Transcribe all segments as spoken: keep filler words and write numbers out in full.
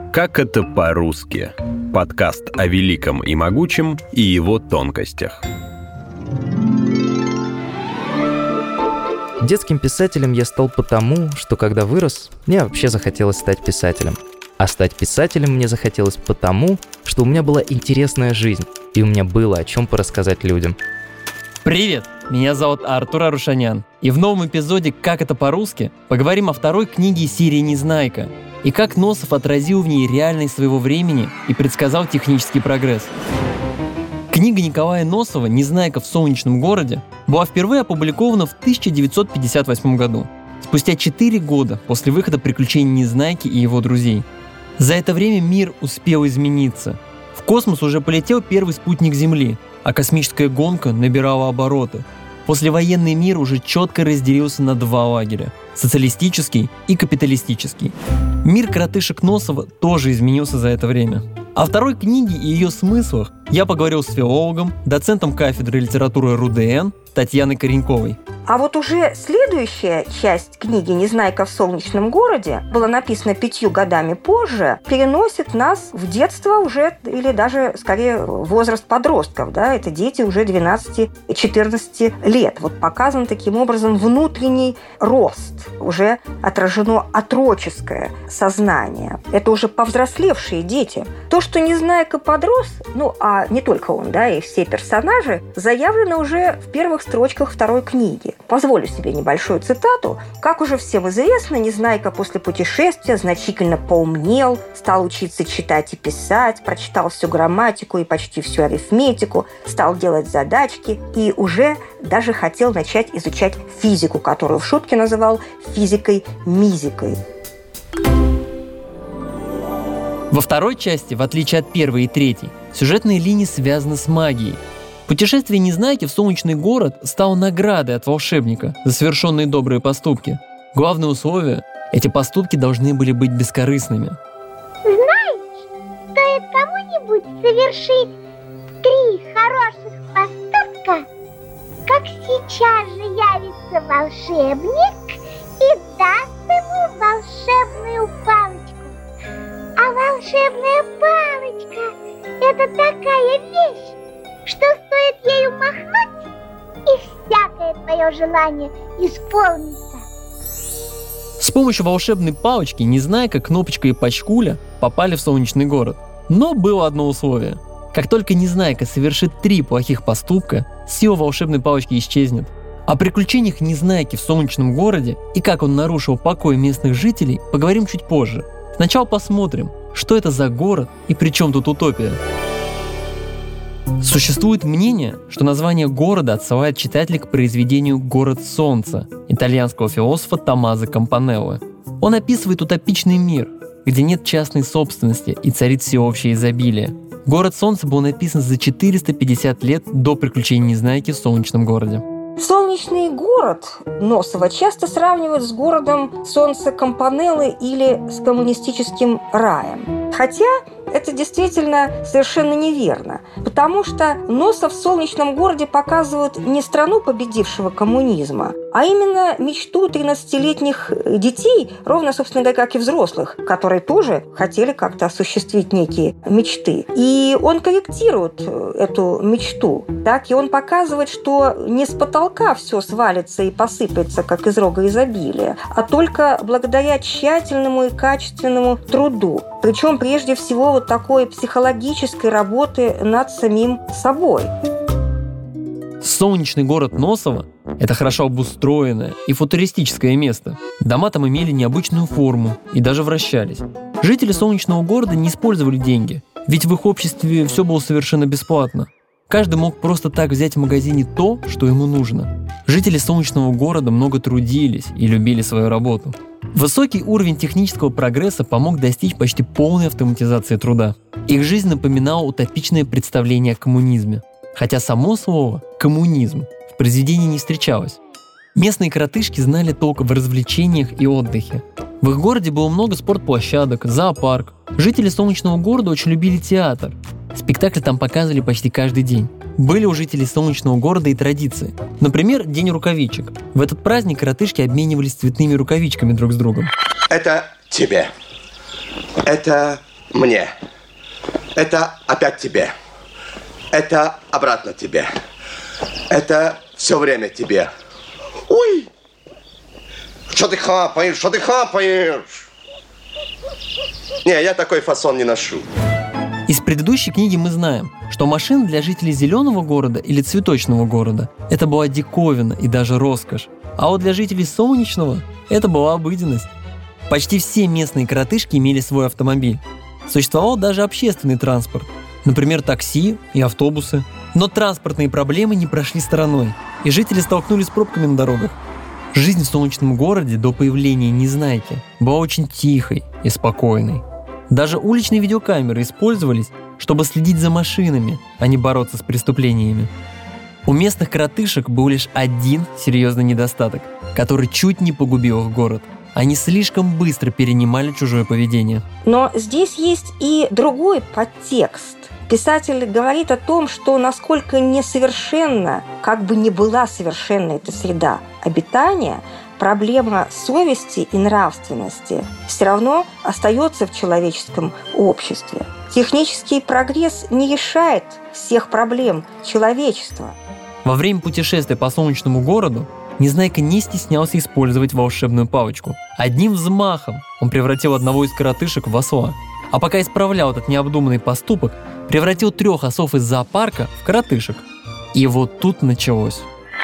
Как это по-русски? Подкаст о великом и могучем и его тонкостях. Детским писателем я стал потому, что когда вырос, мне вообще захотелось стать писателем. А стать писателем мне захотелось потому, что у меня была интересная жизнь, и у меня было о чем порассказать людям. Привет! Меня зовут Артур Арушанян, и в новом эпизоде «Как это по-русски» поговорим о второй книге серии «Незнайка» и как Носов отразил в ней реальность своего времени и предсказал технический прогресс. Книга Николая Носова «Незнайка в солнечном городе» была впервые опубликована в тысяча девятьсот пятьдесят восьмом году, спустя четыре года после выхода «Приключений Незнайки и его друзей». За это время мир успел измениться. В космос уже полетел первый спутник Земли, а космическая гонка набирала обороты. Послевоенный мир уже четко разделился на два лагеря – социалистический и капиталистический. Мир коротышек Носова тоже изменился за это время. О второй книге и ее смыслах я поговорил с филологом, доцентом кафедры литературы РУДН Татьяной Кореньковой. А вот уже следующая часть книги «Незнайка в солнечном городе» была написана пятью годами позже, переносит нас в детство уже, или даже, скорее, возраст подростков. Да? Это дети уже двенадцати-четырнадцати лет. Вот показан таким образом внутренний рост. Уже отражено отроческое сознание. Это уже повзрослевшие дети. То, что Незнайка подрос, ну, а не только он, да, и все персонажи, заявлено уже в первых строчках второй книги. Позволю себе небольшую цитату. Как уже всем известно, Незнайка после путешествия значительно поумнел, стал учиться читать и писать, прочитал всю грамматику и почти всю арифметику, стал делать задачки и уже даже хотел начать изучать физику, которую в шутке называл физикой-мизикой. Во второй части, в отличие от первой и третьей, сюжетные линии связаны с магией. Путешествие Незнайки в солнечный город стало наградой от волшебника за совершенные добрые поступки. Главное условие – эти поступки должны были быть бескорыстными. Знаешь, стоит кому-нибудь совершить три хороших поступка, как сейчас же явится волшебник и даст ему волшебную палочку. А волшебная палочка – это такая вещь, что стоит ею махнуть, и всякое твое желание исполнится. С помощью волшебной палочки Незнайка, Кнопочка и Пачкуля попали в солнечный город. Но было одно условие. Как только Незнайка совершит три плохих поступка, сила волшебной палочки исчезнет. О приключениях Незнайки в солнечном городе и как он нарушил покой местных жителей поговорим чуть позже. Сначала посмотрим, что это за город и при чем тут утопия. Существует мнение, что название города отсылает читателя к произведению «Город солнца» итальянского философа Томмазо Кампанеллы. Он описывает утопичный мир, где нет частной собственности и царит всеобщее изобилие. «Город солнца» был написан за четыреста пятьдесят лет до приключений Незнайки в солнечном городе. Солнечный город Носова часто сравнивают с городом солнца Кампанеллы или с коммунистическим раем. Хотя это действительно совершенно неверно, потому что Носов в солнечном городе показывает не страну победившего коммунизма, а именно мечту тринадцатилетних детей, ровно, собственно говоря, как и взрослых, которые тоже хотели как-то осуществить некие мечты. И он корректирует эту мечту, так, и он показывает, что не с потолка все свалится и посыпется, как из рога изобилия, а только благодаря тщательному и качественному труду. Причем прежде всего вот такой психологической работы над самим собой. Солнечный город Носова – это хорошо обустроенное и футуристическое место. Дома там имели необычную форму и даже вращались. Жители солнечного города не использовали деньги, ведь в их обществе все было совершенно бесплатно. Каждый мог просто так взять в магазине то, что ему нужно. Жители солнечного города много трудились и любили свою работу. Высокий уровень технического прогресса помог достичь почти полной автоматизации труда. Их жизнь напоминала утопичное представление о коммунизме, хотя само слово «коммунизм» в произведении не встречалось. Местные коротышки знали толк в развлечениях и отдыхе. В их городе было много спортплощадок, зоопарк. Жители солнечного города очень любили театр. Спектакли там показывали почти каждый день. Были у жителей солнечного города и традиции. Например, День рукавичек. В этот праздник коротышки обменивались цветными рукавичками друг с другом. Это тебе. Это мне. Это опять тебе. Это обратно тебе. Это все время тебе. Ой! Что ты хапаешь? Что ты хапаешь? Не, я такой фасон не ношу. Из предыдущей книги мы знаем, что машина для жителей зеленого города или цветочного города – это была диковина и даже роскошь. А вот для жителей солнечного – это была обыденность. Почти все местные коротышки имели свой автомобиль. Существовал даже общественный транспорт, например, такси и автобусы. Но транспортные проблемы не прошли стороной, и жители столкнулись с пробками на дорогах. Жизнь в солнечном городе до появления Незнайки была очень тихой и спокойной. Даже уличные видеокамеры использовались, чтобы следить за машинами, а не бороться с преступлениями. У местных коротышек был лишь один серьезный недостаток, который чуть не погубил их город. Они слишком быстро перенимали чужое поведение. Но здесь есть и другой подтекст. Писатель говорит о том, что насколько несовершенна, как бы ни была совершенна эта среда обитания, проблема совести и нравственности все равно остается в человеческом обществе. Технический прогресс не решает всех проблем человечества. Во время путешествия по солнечному городу Незнайка не стеснялся использовать волшебную палочку. Одним взмахом он превратил одного из коротышек в осла. А пока исправлял этот необдуманный поступок, превратил трех осов из зоопарка в коротышек. И вот тут началось.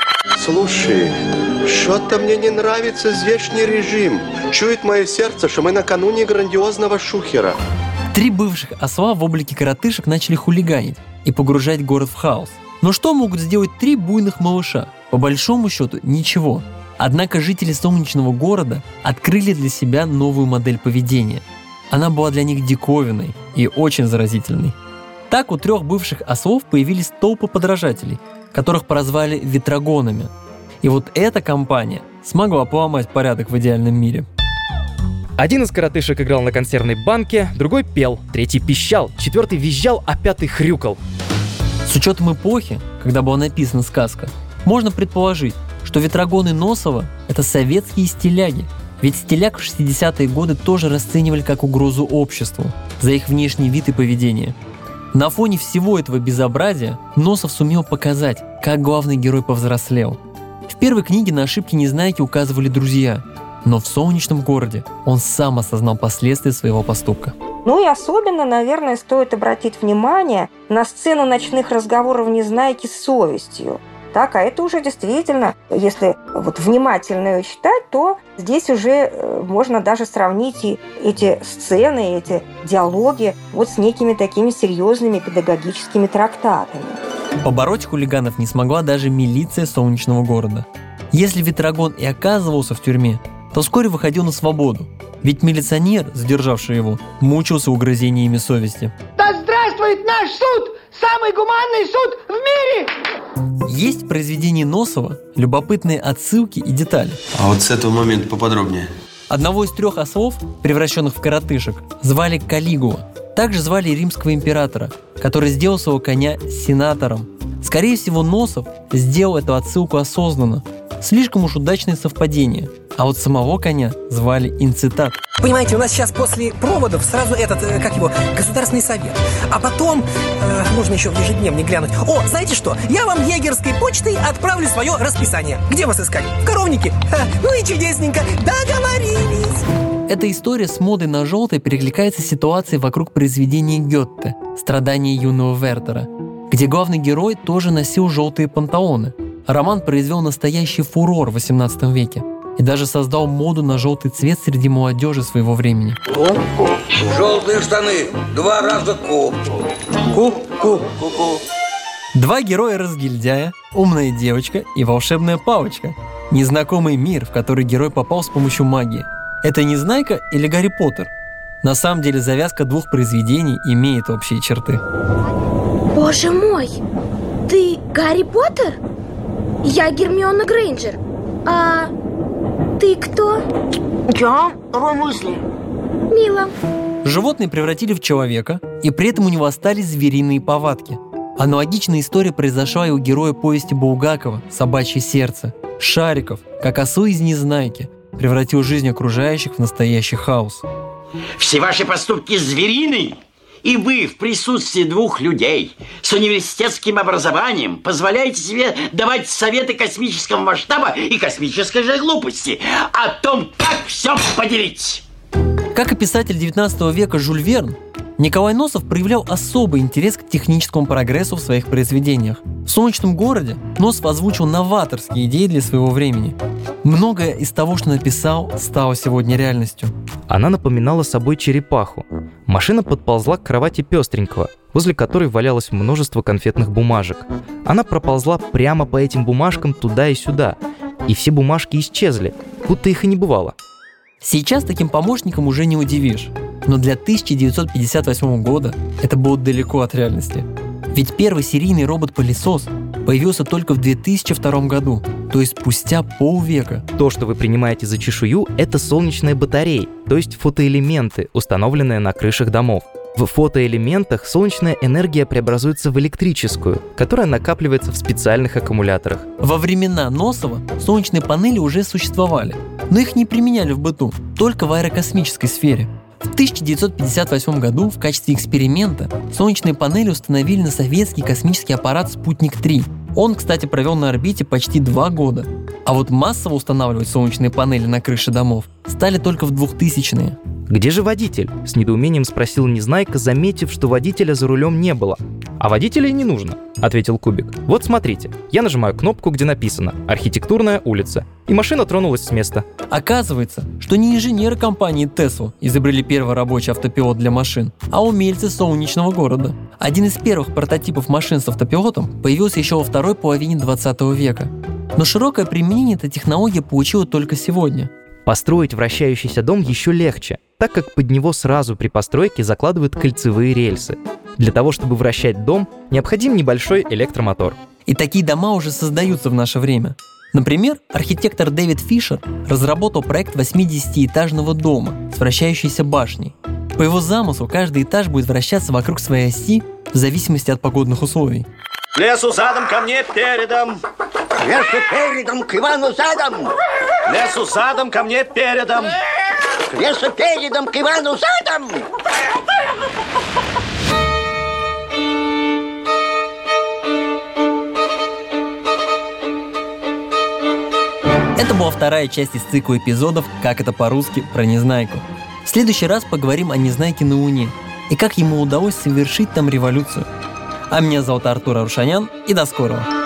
Слушай, что-то мне не нравится здешний режим. Чует мое сердце, что мы накануне грандиозного шухера. Три бывших осла в облике коротышек начали хулиганить и погружать город в хаос. Но что могут сделать три буйных малыша? По большому счету, ничего. Однако жители солнечного города открыли для себя новую модель поведения. Она была для них диковинной и очень заразительной. Так у трех бывших ослов появились толпы подражателей, которых прозвали ветрогонами. И вот эта компания смогла поломать порядок в идеальном мире. Один из коротышек играл на консервной банке, другой пел, третий пищал, четвертый визжал, а пятый хрюкал. С учетом эпохи, когда была написана сказка, можно предположить, что ветрогоны Носова – это советские стиляги. Ведь стиляг в шестидесятые годы тоже расценивали как угрозу обществу за их внешний вид и поведение. На фоне всего этого безобразия Носов сумел показать, как главный герой повзрослел. В первой книге на ошибки Незнайки указывали друзья, но в солнечном городе он сам осознал последствия своего поступка. Ну и особенно, наверное, стоит обратить внимание на сцену ночных разговоров Незнайки с совестью. Так, а это уже действительно, если вот внимательно ее читать, то здесь уже можно даже сравнить и эти сцены, эти диалоги вот с некими такими серьезными педагогическими трактатами. Побороть хулиганов не смогла даже милиция солнечного города. Если ветрогон и оказывался в тюрьме, то вскоре выходил на свободу. Ведь милиционер, задержавший его, мучился угрызениями совести. Да здравствует наш суд! Самый гуманный суд в мире! Есть в произведении Носова любопытные отсылки и детали. А вот с этого момента поподробнее. Одного из трех ослов, превращенных в коротышек, звали Калигула. Также звали римского императора, который сделал своего коня сенатором. Скорее всего, Носов сделал эту отсылку осознанно. Слишком уж удачное совпадение. А вот самого коня звали Инцитат. Понимаете, у нас сейчас после проводов сразу этот, как его, Государственный совет. А потом, э, нужно еще в ежедневник глянуть. О, знаете что? Я вам егерской почтой отправлю свое расписание. Где вас искать? В коровнике? Ха, ну и чудесненько. Договорились. Эта история с модой на желтое перекликается с ситуацией вокруг произведения Гёте «Страдания юного Вертера», где главный герой тоже носил желтые панталоны. Роман произвел настоящий фурор в восемнадцатом веке и даже создал моду на желтый цвет среди молодежи своего времени. Желтые штаны, два раза ку. Ку-ку. Ку-ку. Два героя-разгильдяя, умная девочка и волшебная палочка. Незнакомый мир, в который герой попал с помощью магии. Это Незнайка или Гарри Поттер? На самом деле завязка двух произведений имеет общие черты. Боже мой! Ты Гарри Поттер? Я Гермиона Грейнджер. А ты кто? Я Рон Уизли. Мило. Животные превратили в человека, и при этом у него остались звериные повадки. Аналогичная история произошла и у героя повести Булгакова «Собачье сердце». Шариков, как осу из Незнайки, превратил жизнь окружающих в настоящий хаос. Все ваши поступки зверины. И вы в присутствии двух людей с университетским образованием позволяете себе давать советы космического масштаба и космической же глупости о том, как все поделить. Как и писатель девятнадцатого века Жюль Верн, Николай Носов проявлял особый интерес к техническому прогрессу в своих произведениях. В «Солнечном городе» Носов озвучил новаторские идеи для своего времени. Многое из того, что написал, стало сегодня реальностью. Она напоминала собой черепаху. Машина подползла к кровати пестренького, возле которой валялось множество конфетных бумажек. Она проползла прямо по этим бумажкам туда и сюда, и все бумажки исчезли, будто их и не бывало. Сейчас таким помощником уже не удивишь. Но для тысяча девятьсот пятьдесят восьмого года это было далеко от реальности. Ведь первый серийный робот-пылесос появился только в две тысячи втором году, то есть спустя полвека. То, что вы принимаете за чешую, это солнечные батареи, то есть фотоэлементы, установленные на крышах домов. В фотоэлементах солнечная энергия преобразуется в электрическую, которая накапливается в специальных аккумуляторах. Во времена Носова солнечные панели уже существовали, но их не применяли в быту, только в аэрокосмической сфере. В тысяча девятьсот пятьдесят восьмом году в качестве эксперимента солнечные панели установили на советский космический аппарат «Спутник-три». Он, кстати, провел на орбите почти два года. А вот массово устанавливать солнечные панели на крыше домов стали только в двухтысячные. «Где же водитель?» — с недоумением спросил Незнайка, заметив, что водителя за рулем не было. «А водителя и не нужно», — ответил Кубик. «Вот смотрите, я нажимаю кнопку, где написано «Архитектурная улица», и машина тронулась с места». Оказывается, что не инженеры компании Tesla изобрели первый рабочий автопилот для машин, а умельцы солнечного города. Один из первых прототипов машин с автопилотом появился еще во второй половине двадцатого века. Но широкое применение эта технология получила только сегодня. Построить вращающийся дом еще легче, так как под него сразу при постройке закладывают кольцевые рельсы. Для того, чтобы вращать дом, необходим небольшой электромотор. И такие дома уже создаются в наше время. Например, архитектор Дэвид Фишер разработал проект восьмидесятиэтажного дома с вращающейся башней. По его замыслу, каждый этаж будет вращаться вокруг своей оси в зависимости от погодных условий. К лесу задом, ко мне передом. К лесу передом, к Ивану задом. К лесу задом, ко мне передом. К лесу передом, к Ивану задом. Это была вторая часть из цикла эпизодов «Как это по-русски» про Незнайку. В следующий раз поговорим о Незнайке на Луне и как ему удалось совершить там революцию. А меня зовут Артур Арушанян, и до скорого!